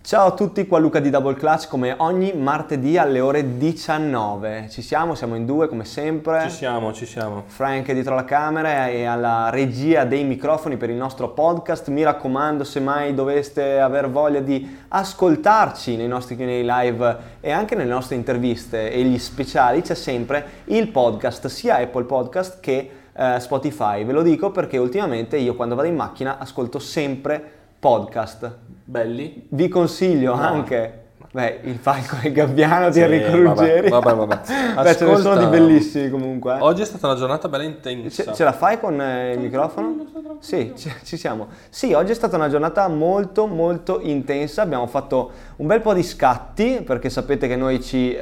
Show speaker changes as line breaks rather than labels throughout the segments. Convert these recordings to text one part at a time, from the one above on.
Ciao a tutti, qua Luca di Double Clutch, come ogni martedì alle ore 19. Siamo in due come sempre.
Ci siamo.
Frank è dietro la camera e alla regia dei microfoni per il nostro podcast. Mi raccomando, se mai doveste aver voglia di ascoltarci nei nostri Q&A live e anche nelle nostre interviste e gli speciali, c'è sempre il podcast, sia Apple Podcast che Spotify. Ve lo dico perché ultimamente io quando vado in macchina ascolto sempre podcast.
Belli?
Vi consiglio anche il falco e il gabbiano di Enrico Ruggeri.
Vabbè.
Beh, ce ne sono di bellissimi comunque.
Oggi è stata una giornata bella intensa.
Ce la fai con il microfono? Sì, ci siamo. Sì, oggi è stata una giornata molto molto intensa. Abbiamo fatto un bel po' di scatti perché sapete che noi ci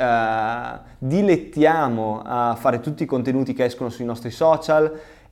dilettiamo a fare tutti i contenuti che escono sui nostri social.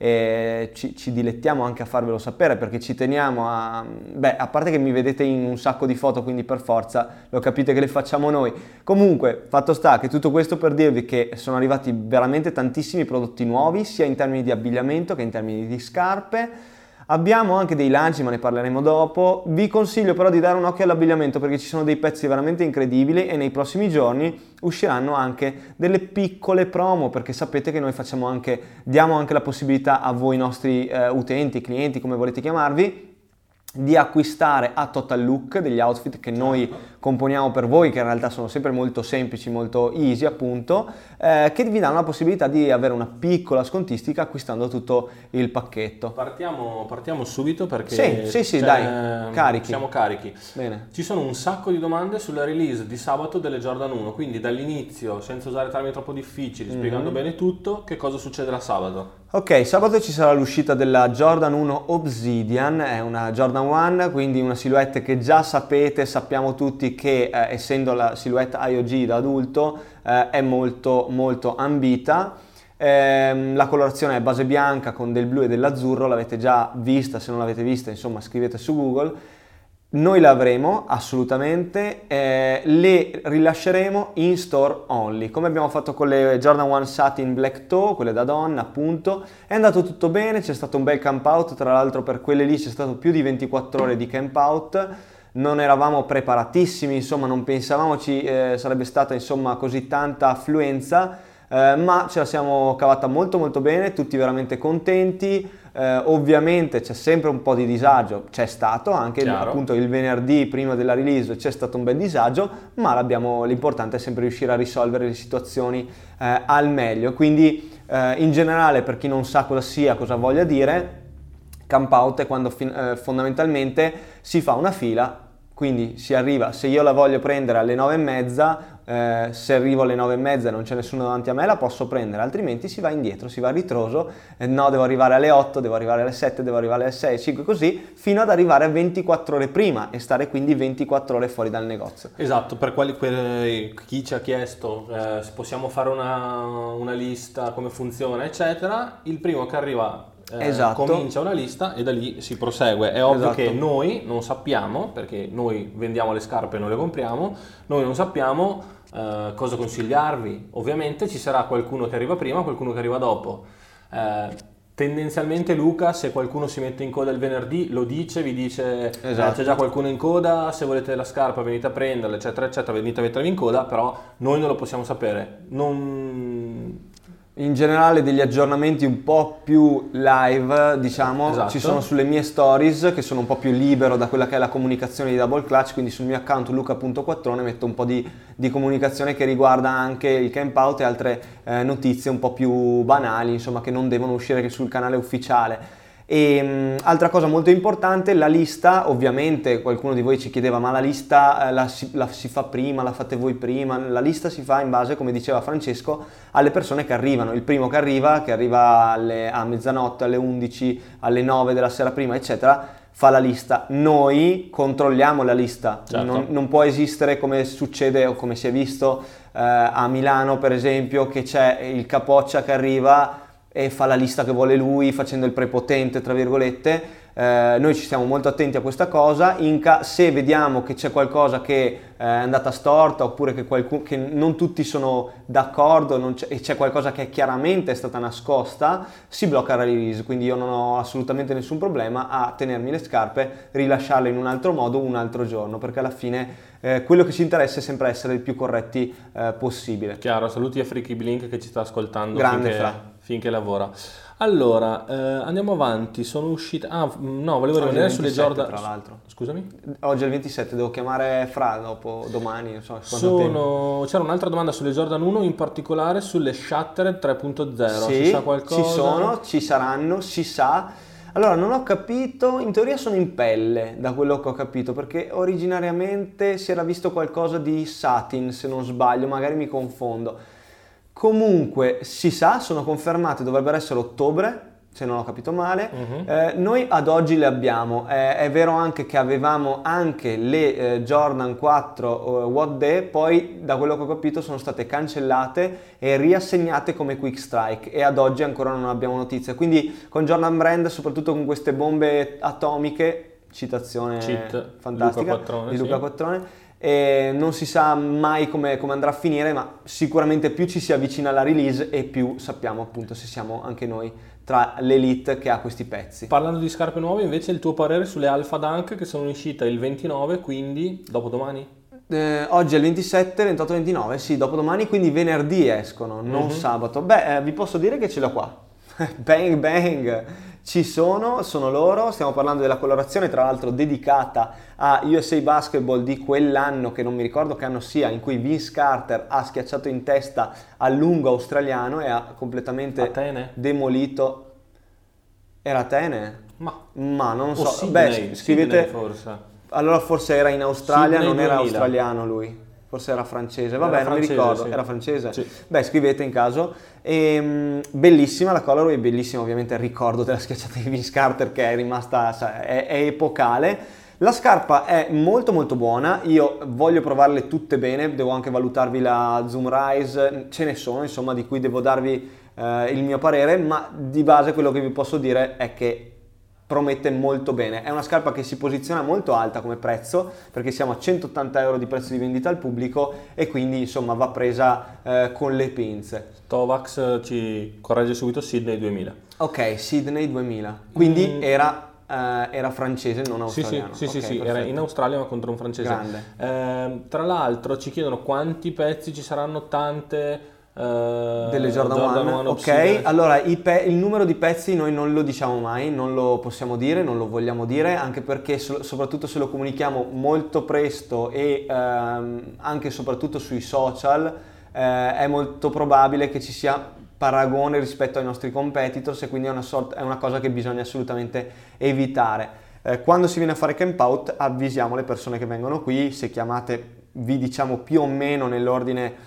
E ci dilettiamo anche a farvelo sapere perché ci teniamo a parte che mi vedete in un sacco di foto, quindi per forza lo capite che le facciamo noi. Comunque, fatto sta che tutto questo per dirvi che sono arrivati veramente tantissimi prodotti nuovi, sia in termini di abbigliamento che in termini di scarpe. Abbiamo anche dei lanci, ma ne parleremo dopo. Vi consiglio però di dare un occhio all'abbigliamento perché ci sono dei pezzi veramente incredibili e nei prossimi giorni usciranno anche delle piccole promo, perché sapete che noi diamo anche la possibilità a voi nostri utenti, clienti, come volete chiamarvi, di acquistare a Total Look degli outfit che noi componiamo per voi, che in realtà sono sempre molto semplici, molto easy appunto, che vi danno la possibilità di avere una piccola scontistica acquistando tutto il pacchetto.
Partiamo subito perché
sì, dai, carichi.
Siamo carichi.
Bene.
Ci sono un sacco di domande sulla release di sabato delle Jordan 1, quindi dall'inizio, senza usare termini troppo difficili, spiegando bene tutto, che cosa succederà sabato?
Ok, sabato ci sarà l'uscita della Jordan 1 Obsidian, è una Jordan 1, quindi una silhouette che già sappiamo tutti che essendo la silhouette IOG da adulto è molto molto ambita. La colorazione è base bianca con del blu e dell'azzurro, l'avete già vista, se non l'avete vista insomma scrivete su Google. Noi la avremo assolutamente, le rilasceremo in store only, come abbiamo fatto con le Jordan 1 Satin Black Toe, quelle da donna appunto. È andato tutto bene, c'è stato un bel camp out, tra l'altro per quelle lì c'è stato più di 24 ore di camp out. Non eravamo preparatissimi, insomma non pensavamo ci sarebbe stata insomma così tanta affluenza, ma ce la siamo cavata molto molto bene, tutti veramente contenti. Ovviamente c'è sempre un po' di disagio, c'è stato anche appunto il venerdì prima della release, c'è stato un bel disagio, ma l'importante è sempre riuscire a risolvere le situazioni al meglio. Quindi in generale, per chi non sa cosa voglia dire, camp out è quando fondamentalmente si fa una fila, quindi si arriva, se io la voglio prendere alle 9:30, se arrivo alle 9:30 e non c'è nessuno davanti a me la posso prendere, altrimenti si va indietro, si va a ritroso, no devo arrivare alle 8, devo arrivare alle 7, devo arrivare alle 6, 5 così, fino ad arrivare a 24 ore prima e stare quindi 24 ore fuori dal negozio.
Esatto, per chi ci ha chiesto se possiamo fare una lista, come funziona eccetera, il primo che arriva comincia una lista e da lì si prosegue. È ovvio che noi non sappiamo, perché noi vendiamo le scarpe e non le compriamo, noi non sappiamo cosa consigliarvi. Ovviamente ci sarà qualcuno che arriva prima, qualcuno che arriva dopo. Tendenzialmente Luca, se qualcuno si mette in coda il venerdì, lo dice, vi dice c'è già qualcuno in coda, se volete la scarpa venite a prenderla eccetera eccetera, venite a mettervi in coda, però noi non lo possiamo sapere.
In generale degli aggiornamenti un po' più live, diciamo, ci sono sulle mie stories che sono un po' più libero da quella che è la comunicazione di Double Clutch, quindi sul mio account luca.quattrone metto un po' di comunicazione che riguarda anche il camp out e altre notizie un po' più banali, insomma, che non devono uscire sul canale ufficiale. E altra cosa molto importante, la lista, ovviamente qualcuno di voi ci chiedeva ma la lista la si fa prima, la fate voi prima, la lista si fa in base, come diceva Francesco, alle persone che arrivano, il primo che arriva a mezzanotte, alle 11, alle 9 della sera prima eccetera, fa la lista, noi controlliamo la lista, non può esistere come succede o come si è visto a Milano per esempio, che c'è il capoccia che arriva e fa la lista che vuole lui facendo il prepotente tra virgolette. noi ci stiamo molto attenti a questa cosa. Se vediamo che c'è qualcosa che è andata storta, oppure che non tutti sono d'accordo e c'è qualcosa che chiaramente è stata nascosta, si blocca la release. Quindi io non ho assolutamente nessun problema a tenermi le scarpe, rilasciarle in un altro modo un altro giorno, perché alla fine quello che ci interessa è sempre essere il più corretti possibile.
Chiaro, saluti a Freaky Blink che ci sta ascoltando.
Grande
finché lavora. Allora, andiamo avanti, sono uscite... volevo rimanere sulle Jordan...
Tra l'altro.
Scusami?
Oggi è il 27, devo chiamare Fra domani, non so.
C'era un'altra domanda sulle Jordan 1, in particolare sulle Shattered 3.0,
sì,
si sa qualcosa?
Ci sono, ci saranno, si sa. Allora, non ho capito, in teoria sono in pelle, da quello che ho capito, perché originariamente si era visto qualcosa di satin, se non sbaglio, magari mi confondo. Comunque, si sa, sono confermate, dovrebbero essere ottobre, se non ho capito male. Noi ad oggi le abbiamo. È vero anche che avevamo anche le Jordan 4 What Day, poi da quello che ho capito sono state cancellate e riassegnate come Quick Strike, e ad oggi ancora non abbiamo notizie. Quindi con Jordan Brand, soprattutto con queste bombe atomiche, citazione
Cheat,
fantastica di Luca Quattrone, e non si sa mai come andrà a finire, ma sicuramente più ci si avvicina alla release e più sappiamo appunto se siamo anche noi tra l'elite che ha questi pezzi.
Parlando di scarpe nuove, invece, il tuo parere sulle Alpha Dunk che sono uscite il 29, quindi dopodomani?
Oggi è il 27, 28, 29, sì, dopodomani, quindi venerdì escono, non sabato. Vi posso dire che ce l'ho qua. Bang bang! Ci sono loro, stiamo parlando della colorazione, tra l'altro dedicata a USA Basketball di quell'anno, che non mi ricordo che anno sia, in cui Vince Carter ha schiacciato in testa al lungo australiano e ha completamente demolito. Era Atene? Ma non so.
Sydney,
scrivete
Sydney forse.
Allora forse era in Australia,
Sydney
non era
2000.
Australiano lui. Forse era francese,
Non mi
ricordo,
sì.
Era francese?
Sì.
Scrivete in caso. Bellissima la colorway, bellissimo ovviamente il ricordo della schiacciata di Vince Carter, che è rimasta, è epocale. La scarpa è molto molto buona, io voglio provarle tutte bene, devo anche valutarvi la Zoom Rise, ce ne sono insomma di cui devo darvi il mio parere, ma di base quello che vi posso dire è che promette molto bene. È una scarpa che si posiziona molto alta come prezzo, perché siamo a 180 euro di prezzo di vendita al pubblico, e quindi insomma va presa con le pinze.
Tovax ci corregge subito, Sydney 2000.
Ok, Sydney 2000, quindi era francese, non australiano.
Sì, era in Australia ma contro un francese.
Grande.
Tra l'altro ci chiedono quanti pezzi ci saranno, tante...
delle Jordan 1.
Ok,
allora il numero di pezzi noi non lo diciamo mai, non lo possiamo dire, non lo vogliamo dire, anche perché soprattutto se lo comunichiamo molto presto e anche e soprattutto sui social, è molto probabile che ci sia paragone rispetto ai nostri competitors, e quindi è una cosa che bisogna assolutamente evitare. Quando si viene a fare camp out avvisiamo le persone che vengono qui, se chiamate vi diciamo più o meno nell'ordine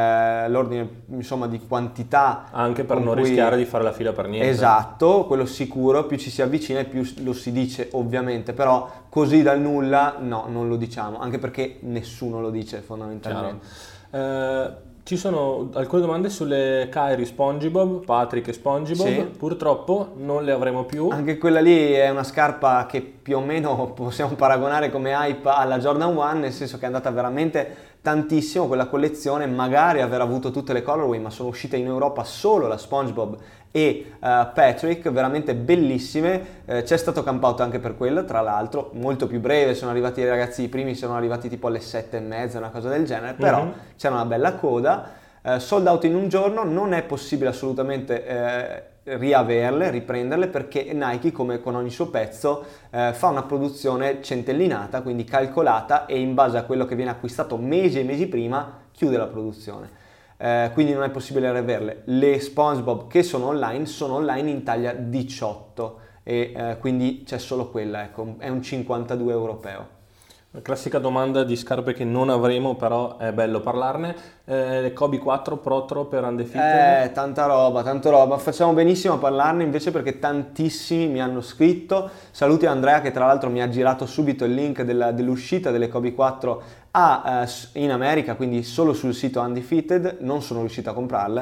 insomma di quantità,
anche per non rischiare di fare la fila per niente.
Esatto, quello sicuro, più ci si avvicina e più lo si dice ovviamente, però così dal nulla no, non lo diciamo, anche perché nessuno lo dice fondamentalmente.
Ci sono alcune domande sulle Kyrie SpongeBob, Patrick e SpongeBob, sì. Purtroppo non le avremo più.
Anche quella lì è una scarpa che più o meno possiamo paragonare come hype alla Jordan 1, nel senso che è andata veramente tantissimo quella collezione, magari aver avuto tutte le colorway, ma sono uscite in Europa solo la SpongeBob e Patrick, veramente bellissime. C'è stato camp out anche per quella, tra l'altro molto più breve, sono arrivati i ragazzi, i primi sono arrivati tipo alle 7:30, una cosa del genere, però c'era una bella coda, sold out in un giorno, non è possibile assolutamente riaverle, riprenderle, perché Nike, come con ogni suo pezzo, fa una produzione centellinata, quindi calcolata, e in base a quello che viene acquistato mesi e mesi prima chiude la produzione. Quindi non è possibile riaverle. Le SpongeBob che sono online in taglia 18, e quindi c'è solo quella, ecco, è un 52 europeo.
La classica domanda di scarpe che non avremo, però è bello parlarne. Le Kobe 4 Protro per Undefeated.
Tanta roba. Facciamo benissimo a parlarne invece, perché tantissimi mi hanno scritto. Saluti a Andrea, che tra l'altro mi ha girato subito il link dell'uscita delle Kobe 4 in America, quindi solo sul sito Undefeated. Non sono riuscito a comprarle.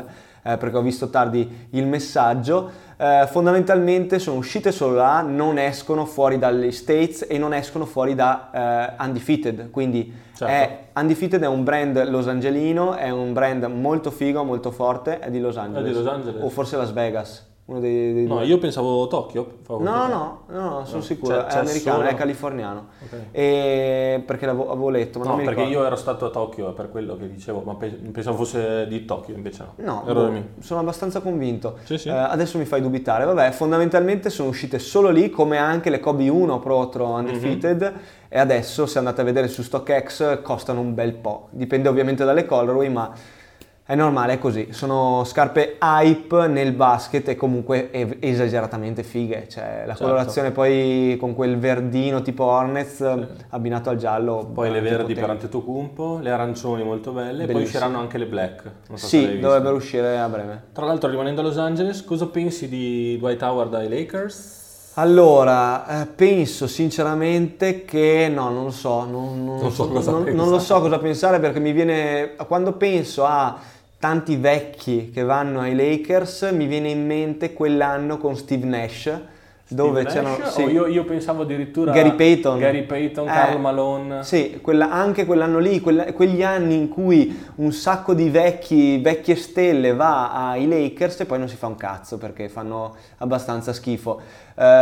perché ho visto tardi il messaggio. Fondamentalmente sono uscite solo là, non escono fuori dagli States e non escono fuori da Undefeated, quindi Undefeated è un brand losangelino, è un brand molto figo, molto forte, è di Los Angeles.
È di Los Angeles.
O forse Las Vegas. Uno dei
no,
due.
io pensavo Tokyo.
No, sono sicuro, è americano,
solo...
è californiano.
Okay.
Perché l'avevo letto, ma
no,
non mi
perché
ricordo.
io ero stato a Tokyo, è per quello che dicevo, ma pensavo fosse di Tokyo, invece no.
No, sono abbastanza convinto.
Sì.
Adesso mi fai dubitare. Vabbè, fondamentalmente sono uscite solo lì, come anche le Kobe 1 Pro Undefeated, e adesso se andate a vedere su StockX costano un bel po'. Dipende ovviamente dalle colorway, ma è normale, è così. Sono scarpe hype nel basket e comunque esageratamente fighe. Cioè la colorazione poi con quel verdino tipo Hornets abbinato al giallo.
Poi le verdi per Antetokounmpo, le arancioni molto belle,
bellissime.
Poi usciranno anche le black. Non so
sì, dovrebbero uscire a breve.
Tra l'altro, rimanendo a Los Angeles, cosa pensi di Dwight Howard ai Lakers?
Allora, penso sinceramente che non lo so, non lo so cosa pensare, perché mi viene, quando penso a tanti vecchi che vanno ai Lakers, mi viene in mente quell'anno con Steve Nash, dove c'erano
io pensavo addirittura
Gary Payton,
Karl Malone.
Sì, anche quell'anno lì, quegli anni in cui un sacco di vecchie stelle va ai Lakers e poi non si fa un cazzo perché fanno abbastanza schifo.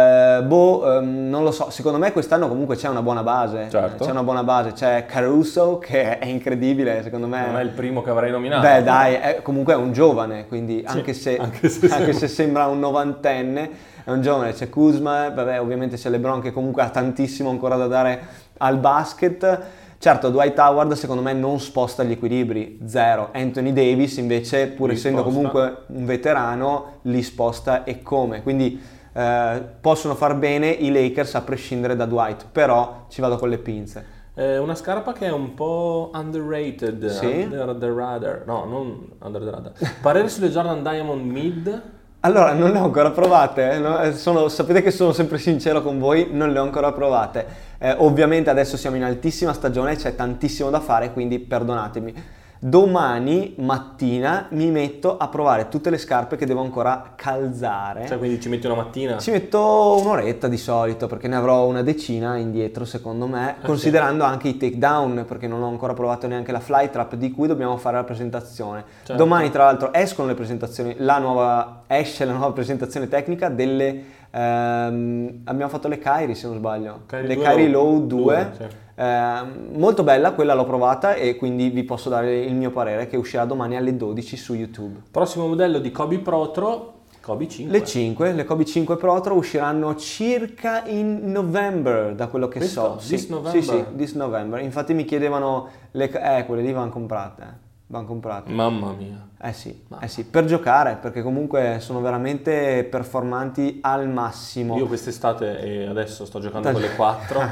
Non lo so, secondo me quest'anno comunque c'è una buona base.
Certo.
C'è una buona base, c'è Caruso che è incredibile, secondo me.
Non è il primo che avrei nominato.
Beh dai, comunque è un giovane, quindi anche se sembra un novantenne, è un giovane. C'è Kuzma, vabbè, ovviamente c'è LeBron che comunque ha tantissimo ancora da dare al basket. Certo, Dwight Howard secondo me non sposta gli equilibri, zero. Anthony Davis invece, pur essendo comunque un veterano, li sposta e come. Quindi possono far bene i Lakers a prescindere da Dwight, però ci vado con le pinze.
Una scarpa che è un po' underrated,
sì?
Under the radar. No, non under the radar. Parere sulle Jordan Diamond Mid?
Allora, non le ho ancora provate, sapete che sono sempre sincero con voi, non le ho ancora provate. Ovviamente adesso siamo in altissima stagione, c'è tantissimo da fare, quindi perdonatemi. Domani mattina mi metto a provare tutte le scarpe che devo ancora calzare.
Cioè, quindi ci metti una mattina?
Ci metto un'oretta di solito, perché ne avrò una decina indietro secondo me, considerando anche i takedown, perché non ho ancora provato neanche la Flytrap di cui dobbiamo fare la presentazione. Certo. Domani tra l'altro escono le presentazioni, esce la nuova presentazione tecnica delle... abbiamo fatto le Kyrie se non sbaglio, le Kyrie Low 2, sì. Molto bella, quella l'ho provata e quindi vi posso dare il mio parere, che uscirà domani alle 12 su YouTube.
Prossimo modello di Kobe Protro, Kobe 5.
Le Kobe 5 Protro usciranno circa in november, da quello che so.
This November.
Sì, this November. Infatti mi chiedevano quelle lì vanno comprate.
Mamma mia.
Eh sì, per giocare, perché comunque sono veramente performanti al massimo.
Io quest'estate e adesso sto giocando con le 4.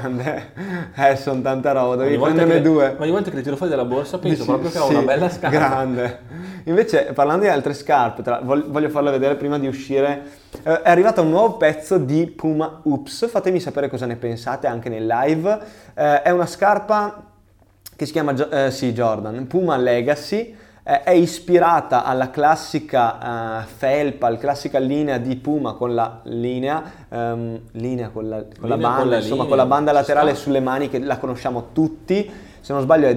Sono tanta roba, devi prenderne 2.
Ma ogni volta che le tiro fuori dalla borsa penso proprio che ho una bella scarpa.
Grande. Invece, parlando di altre scarpe, voglio farle vedere prima di uscire. È arrivato un nuovo pezzo di Puma Oops, fatemi sapere cosa ne pensate anche nel live. È una scarpa che si chiama Jordan Puma Legacy, è ispirata alla classica felpa, alla classica linea di Puma con la con la banda laterale sulle mani, che la conosciamo tutti, se non sbaglio è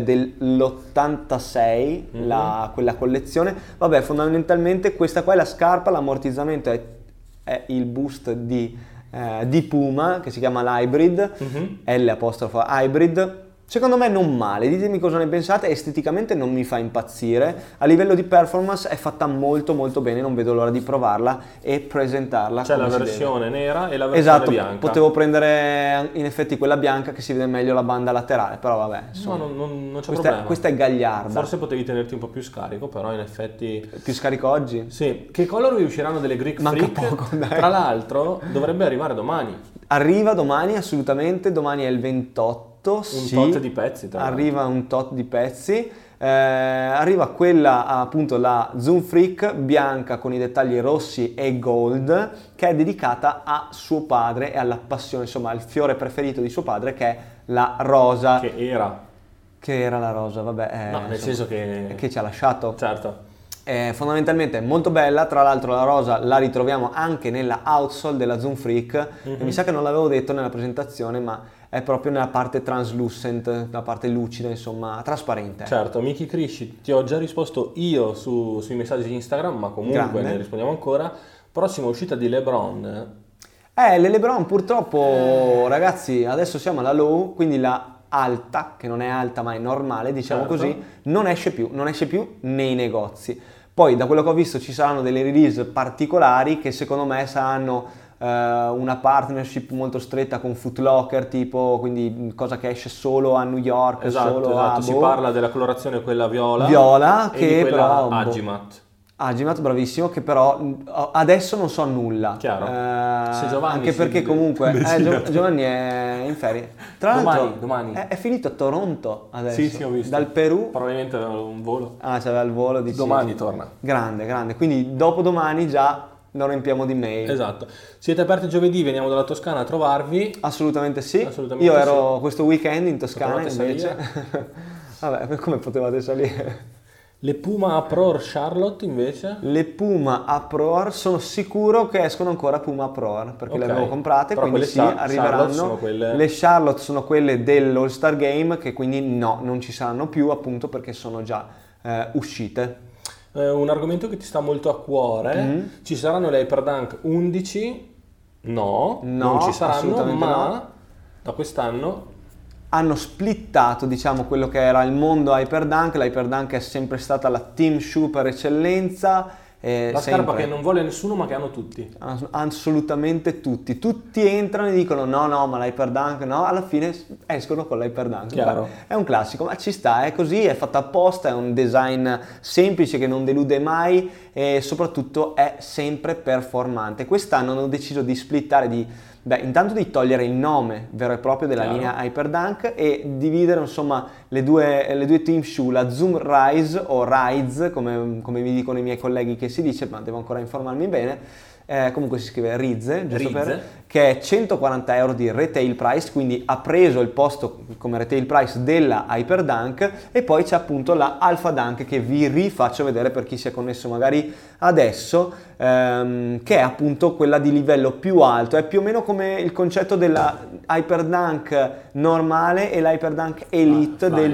dell'86 quella collezione. Vabbè, fondamentalmente questa qua è la scarpa, l'ammortizzamento è il boost di Puma, che si chiama l'Hybrid, L''Hybrid. Secondo me non male, ditemi cosa ne pensate, esteticamente non mi fa impazzire, a livello di performance è fatta molto molto bene, non vedo l'ora di provarla e presentarla.
C'è la versione nera e la versione bianca.
Potevo prendere in effetti quella bianca che si vede meglio la banda laterale, però vabbè.
Insomma, no, non c'è problema.
Questa è gagliarda.
Forse potevi tenerti un po' più scarico, però in effetti...
Più scarico oggi?
Sì. Che colorway usciranno delle Greek
Manca
Freak?
poco, dai.
Tra l'altro dovrebbe arrivare domani.
Arriva domani, assolutamente, domani è il 28.
Tot di pezzi.
Arriva un tot di pezzi. Arriva quella, appunto, la Zoom Freak bianca con i dettagli rossi e gold, che è dedicata a suo padre e alla passione, insomma, al fiore preferito di suo padre, che è la rosa.
Che era
la rosa, vabbè.
No, nel senso che
ci ha lasciato.
Certo.
Fondamentalmente è molto bella, tra l'altro la rosa la ritroviamo anche nella outsole della Zoom Freak, e mi sa che non l'avevo detto nella presentazione, ma è proprio nella parte translucent, la parte lucida, insomma, trasparente.
Certo, Miki Krisci, ti ho già risposto io sui messaggi di Instagram, ma comunque ne rispondiamo ancora. Prossima uscita di LeBron.
Le LeBron purtroppo, ragazzi, adesso siamo alla low, quindi la alta, che non è alta ma è normale, diciamo così, non esce più nei negozi. Poi da quello che ho visto ci saranno delle release particolari che secondo me saranno una partnership molto stretta con Foot Locker, tipo, quindi cosa che esce solo a New York, solo a
si parla della colorazione quella viola
e che
di quella
però
Agimat,
bravissimo, che però adesso non so nulla.
Chiaro. Se Giovanni
anche perché comunque Giovanni è in ferie. Tra l'altro
domani.
È finito a Toronto adesso.
Sì, ho visto.
Dal Perù.
Probabilmente aveva un volo.
C'aveva il volo di
domani torna.
Grande. Quindi dopodomani già lo riempiamo di mail.
Esatto. Siete aperti giovedì, veniamo dalla Toscana a trovarvi?
Assolutamente sì. Io ero questo weekend in Toscana invece. Vabbè, come potevate salire?
Le Puma Pro Charlotte invece?
Le Puma Pro sono sicuro che escono ancora Puma Pro perché le avevo comprate, però quindi sì, arriveranno. Le Charlotte sono quelle dell'All Star Game che quindi no, non ci saranno più appunto perché sono già uscite.
Un argomento che ti sta molto a cuore, ci saranno le Hyperdunk 11? No, non ci saranno, ma da quest'anno
hanno splittato, diciamo, quello che era il mondo Hyperdunk. L'Hyperdunk è sempre stata la team shoe per eccellenza.
Scarpa che non vuole nessuno ma che hanno tutti.
Assolutamente tutti. Tutti entrano e dicono no, ma l'Hyperdunk no, alla fine escono con l'Hyperdunk.
Chiaro.
È un classico, ma ci sta, è così, è fatta apposta, è un design semplice che non delude mai e soprattutto è sempre performante. Quest'anno hanno deciso di splittare, intanto di togliere il nome vero e proprio della linea Hyperdunk e dividere insomma le due team shoe, la Zoom Rise o Rise come mi dicono i miei colleghi che si dice, ma devo ancora informarmi bene, comunque si scrive Rizze, che è 140 euro di retail price, quindi ha preso il posto come retail price della Hyperdunk, e poi c'è appunto la Alpha Dunk che vi rifaccio vedere per chi si è connesso magari adesso, che è appunto quella di livello più alto, è più o meno come il concetto della Hyperdunk normale e l'Hyperdunk Elite del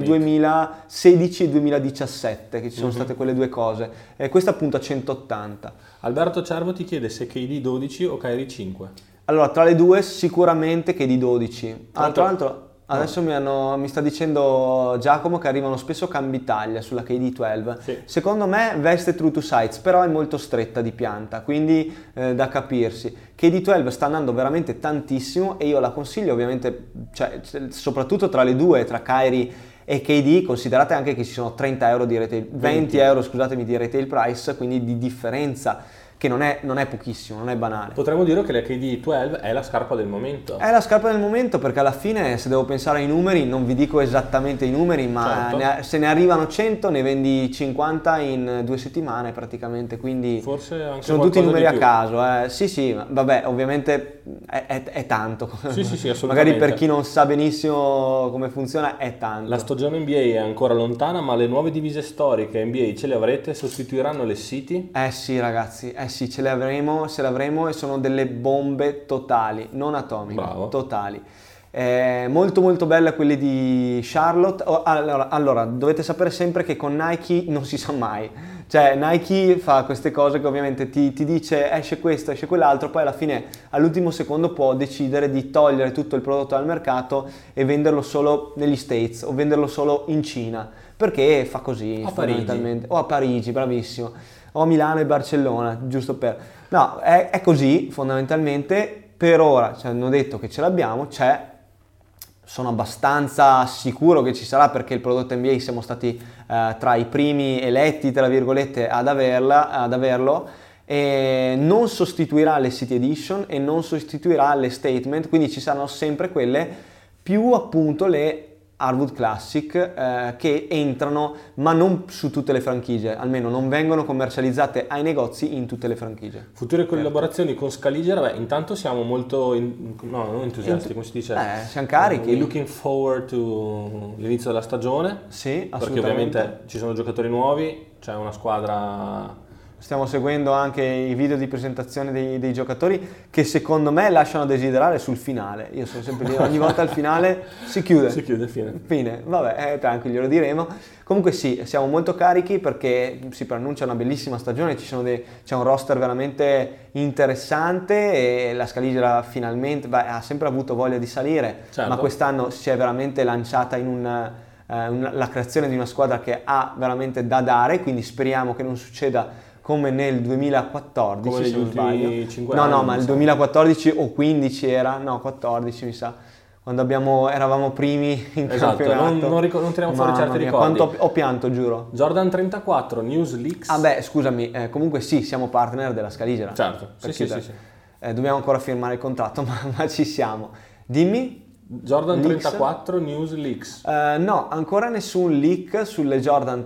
2016 e 2017, che ci sono state quelle due cose, e questa appunto a 180.
Alberto Cervo ti chiede se KD 12 o Kyrie 5.
Allora, tra le due sicuramente KD 12. Tra l'altro adesso mi sta dicendo Giacomo che arrivano spesso cambi taglia sulla KD 12.
Sì.
Secondo me veste true to size, però è molto stretta di pianta, quindi da capirsi. KD 12 sta andando veramente tantissimo e io la consiglio ovviamente, soprattutto tra le due, tra Kyrie e KD. Considerate anche che ci sono 30 euro di retail, 20 euro scusatemi di retail price, quindi di differenza che non è pochissimo, non è banale.
Potremmo dire che la KD 12 è la scarpa del momento.
È la scarpa del momento perché alla fine, se devo pensare ai numeri, non vi dico esattamente i numeri, ma se ne arrivano 100 ne vendi 50 in 2 settimane praticamente, quindi
forse anche
sono tutti numeri a caso. Sì, vabbè, ovviamente è tanto.
Sì, assolutamente.
Magari per chi non sa benissimo come funziona è tanto.
La stagione NBA è ancora lontana, ma le nuove divise storiche NBA ce le avrete? Sostituiranno le City?
Sì ragazzi, sì, ce le avremo e sono delle bombe totali, non atomiche.
Bravo.
Totali. Molto molto belle quelle di Charlotte. Allora, dovete sapere sempre che con Nike non si sa mai, cioè Nike fa queste cose che ovviamente ti dice esce questo, esce quell'altro, poi alla fine all'ultimo secondo può decidere di togliere tutto il prodotto dal mercato e venderlo solo negli States o venderlo solo in Cina, perché fa così fondamentalmente. O a Parigi, bravissimo, o a Milano e Barcellona, giusto per... No, è così fondamentalmente. Per ora ci hanno detto che ce l'abbiamo, sono abbastanza sicuro che ci sarà perché il prodotto NBA siamo stati tra i primi eletti, tra virgolette, ad averlo, e non sostituirà le City Edition e non sostituirà le Statement, quindi ci saranno sempre quelle più appunto le Hardwood Classic che entrano, ma non su tutte le franchigie, almeno non vengono commercializzate ai negozi in tutte le franchigie.
Future collaborazioni con Scaliger, intanto siamo molto non entusiasti, come si dice?
Siamo carichi.
Looking forward to l'inizio della stagione.
Sì, assolutamente.
Perché ovviamente ci sono giocatori nuovi, c'è una squadra.
Stiamo seguendo anche i video di presentazione dei giocatori che secondo me lasciano a desiderare sul finale. Io sono sempre lì, ogni volta al finale si chiude.
Si chiude, fine.
Vabbè, tranquilli, lo diremo. Comunque sì, siamo molto carichi perché si preannuncia una bellissima stagione, c'è un roster veramente interessante e la Scaliger finalmente ha sempre avuto voglia di salire,
certo.
Ma quest'anno si è veramente lanciata in la creazione di una squadra che ha veramente da dare, quindi speriamo che non succeda come nel 2014,
come
se non sbaglio.
5 anni,
no, ma il 2014 o 15 era, no, 14 mi sa, quando eravamo primi in campionato.
Non tiriamo fuori certi ricordi.
Quanto ho pianto, giuro.
Jordan 34, News Leaks.
Ah beh, scusami, comunque sì, siamo partner della Scaliger.
Certo, sì.
Dobbiamo ancora firmare il contratto, ma ci siamo. Dimmi.
Jordan leaks? 34 News Leaks.
No, ancora nessun leak sulle Jordan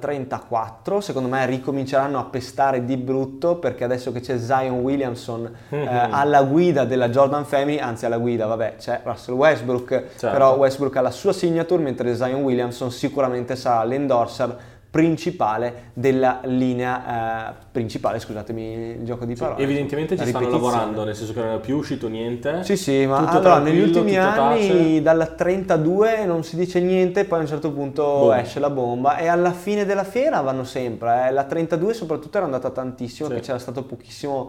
34, secondo me ricominceranno a pestare di brutto perché adesso che c'è Zion Williamson alla guida della Jordan Family, anzi alla guida, vabbè, c'è Russell Westbrook,
certo.
Però Westbrook ha la sua signature mentre Zion Williamson sicuramente sarà l'endorser principale della linea principale, scusatemi il gioco di parole.
Evidentemente ci stanno lavorando, nel senso che non è più uscito niente.
Sì, ma allora negli ultimi anni dalla 32 non si dice niente, poi a un certo punto esce la bomba e alla fine della fiera vanno sempre. La 32 soprattutto era andata tantissimo, che c'era stato pochissimo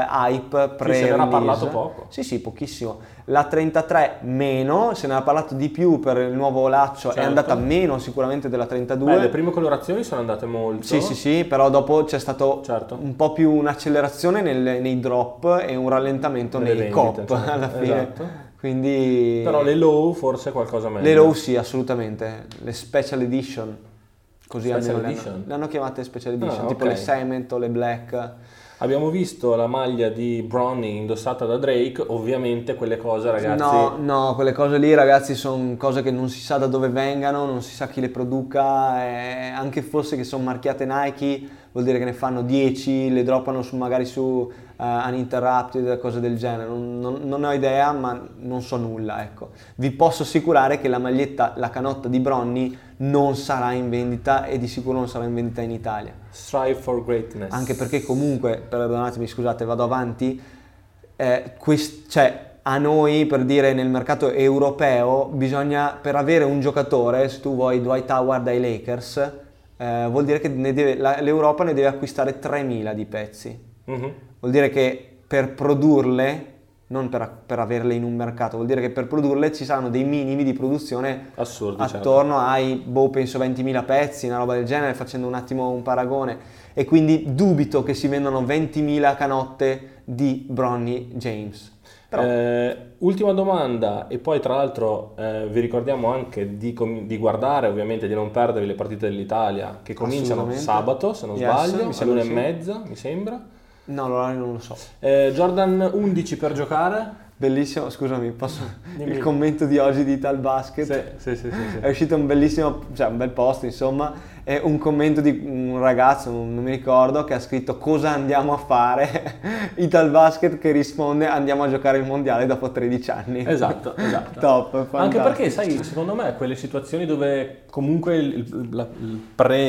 hype pre-release.
Se ne era parlato poco.
Sì, pochissimo. La 33 meno, se ne era parlato di più per il nuovo laccio, certo. È andata meno sicuramente della 32.
Le prime colorazioni sono andate molto.
Sì, però dopo c'è stato
certo.
un po' più un'accelerazione nei drop e un rallentamento nei cop alla fine.
Esatto.
Quindi...
Però le low forse qualcosa meglio.
Le low sì, assolutamente. Le special edition. Così
special
edition? Le hanno chiamate special edition, tipo
okay.
le cement o le black.
Abbiamo visto la maglia di Bronny indossata da Drake, ovviamente quelle cose, ragazzi...
No, quelle cose lì, ragazzi, sono cose che non si sa da dove vengano, non si sa chi le produca, anche forse che sono marchiate Nike, vuol dire che ne fanno 10, le droppano magari su Uninterrupted, cose del genere, non ho idea, ma non so nulla, ecco. Vi posso assicurare che la maglietta, la canotta di Bronny non sarà in vendita e di sicuro non sarà in vendita in Italia.
Strive for greatness.
Anche perché comunque, perdonatemi, scusate, vado avanti, a noi, per dire, nel mercato europeo bisogna, per avere un giocatore, se tu vuoi Dwight Howard ai Lakers, vuol dire che l'Europa ne deve acquistare 3.000 di pezzi.
Mm-hmm.
Vuol dire che per produrle, non per averle in un mercato, vuol dire che per produrle ci saranno dei minimi di produzione
assurdi,
attorno
certo.
ai, penso 20.000 pezzi, una roba del genere, facendo un attimo un paragone. E quindi dubito che si vendano 20.000 canotte di Bronny James. Però...
ultima domanda, e poi tra l'altro vi ricordiamo anche di guardare, ovviamente di non perdervi le partite dell'Italia che cominciano sabato, se non sbaglio, all'1:30 mi sembra.
No, l'orario non lo so.
Jordan 11 per giocare.
Bellissimo, scusami, posso il commento di oggi di Ital Basket?
Sì.
È uscito un bellissimo, un bel post, insomma, è un commento di un ragazzo, non mi ricordo, che ha scritto cosa andiamo a fare, Ital Basket che risponde andiamo a giocare il mondiale dopo 13 anni.
Esatto.
Top, fantastico.
Anche perché, sai, secondo me quelle situazioni dove comunque il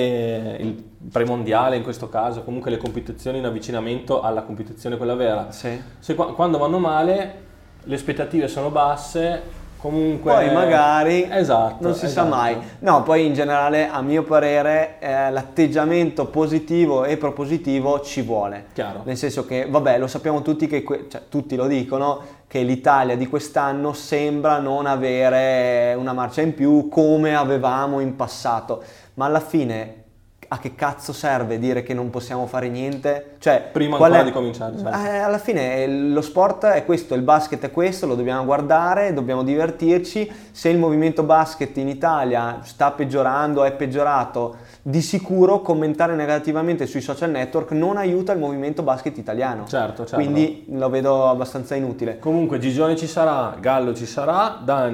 pre-mondiale in questo caso, comunque le competizioni in avvicinamento alla competizione quella vera, quando vanno male le aspettative sono basse, comunque
poi magari non si sa
esatto.
mai. No, poi in generale a mio parere l'atteggiamento positivo e propositivo ci vuole.
Chiaro.
Nel senso che vabbè, lo sappiamo tutti che tutti lo dicono che l'Italia di quest'anno sembra non avere una marcia in più come avevamo in passato, ma alla fine a che cazzo serve dire che non possiamo fare niente? Cioè,
prima ancora di cominciare.
Alla fine lo sport è questo, il basket è questo, lo dobbiamo guardare, dobbiamo divertirci. Se il movimento basket in Italia sta peggiorando, è peggiorato, di sicuro commentare negativamente sui social network non aiuta il movimento basket italiano.
Certo.
Quindi lo vedo abbastanza inutile.
Comunque Gigione ci sarà, Gallo ci sarà, Dani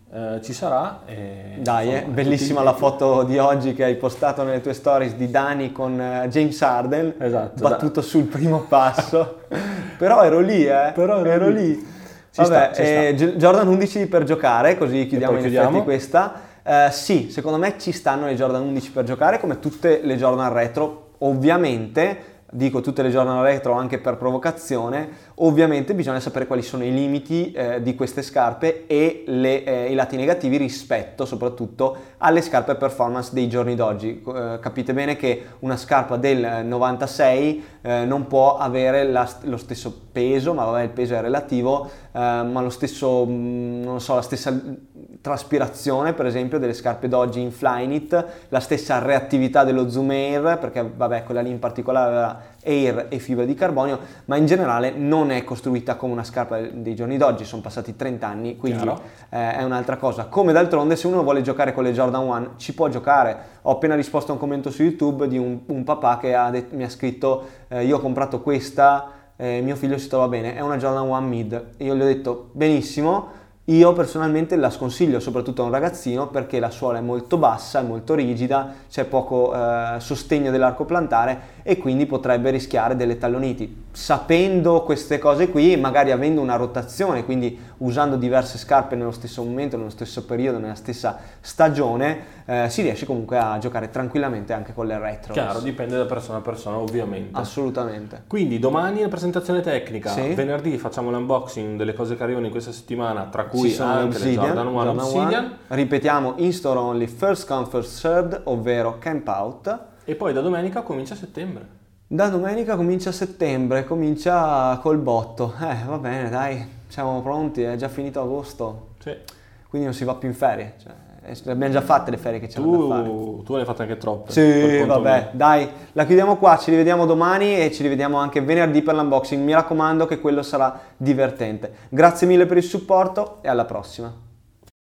ci sarà.
Dai, insomma, bellissima la foto di oggi che hai postato nelle tue stories di Dani con James Harden,
esatto,
battuto sul primo passo. Però ero lì, ero lì. Vabbè, Jordan 11 per giocare, così chiudiamo in effetti questa. Sì, secondo me ci stanno le Jordan 11 per giocare, come tutte le Jordan retro, ovviamente. Dico tutte le Jordan retro anche per provocazione, ovviamente bisogna sapere quali sono i limiti di queste scarpe e i lati negativi rispetto soprattutto alle scarpe performance dei giorni d'oggi. Capite bene che una scarpa del 96 non può avere lo stesso peso, ma vabbè, il peso è relativo, ma lo stesso, non so, la stessa traspirazione per esempio delle scarpe d'oggi in Flyknit, la stessa reattività dello Zoom Air, perché vabbè quella lì in particolare aveva Air e fibra di carbonio, ma in generale non è costruita come una scarpa dei giorni d'oggi, sono passati 30 anni, quindi è un'altra cosa. Come d'altronde se uno vuole giocare con le Jordan 1 ci può giocare. Ho appena risposto a un commento su YouTube di un papà che mi ha scritto io ho comprato questa, mio figlio si trova bene, è una Jordan 1 Mid. Io gli ho detto benissimo. Io personalmente la sconsiglio soprattutto a un ragazzino perché la suola è molto bassa, è molto rigida, c'è poco sostegno dell'arco plantare e quindi potrebbe rischiare delle talloniti. Sapendo queste cose qui, magari avendo una rotazione, quindi usando diverse scarpe nello stesso momento, nello stesso periodo, nella stessa stagione, si riesce comunque a giocare tranquillamente anche con le retro.
Chiaro, dipende da persona a persona ovviamente.
Assolutamente.
Quindi domani la presentazione tecnica, venerdì facciamo l'unboxing delle cose che arrivano in questa settimana, tra cui anche le Jordan 1 Obsidian.
Ripetiamo, in store only, first come first served, ovvero camp out.
E poi da domenica comincia a settembre.
Da domenica comincia a settembre, comincia col botto. Va bene, dai, siamo pronti, è già finito agosto.
Sì.
Quindi non si va più in ferie. Le abbiamo già fatte le ferie che c'erano da fare.
Tu ne hai fatte anche troppe.
Sì, vabbè, dai, la chiudiamo qua, ci rivediamo domani e ci rivediamo anche venerdì per l'unboxing. Mi raccomando che quello sarà divertente. Grazie mille per il supporto e alla prossima.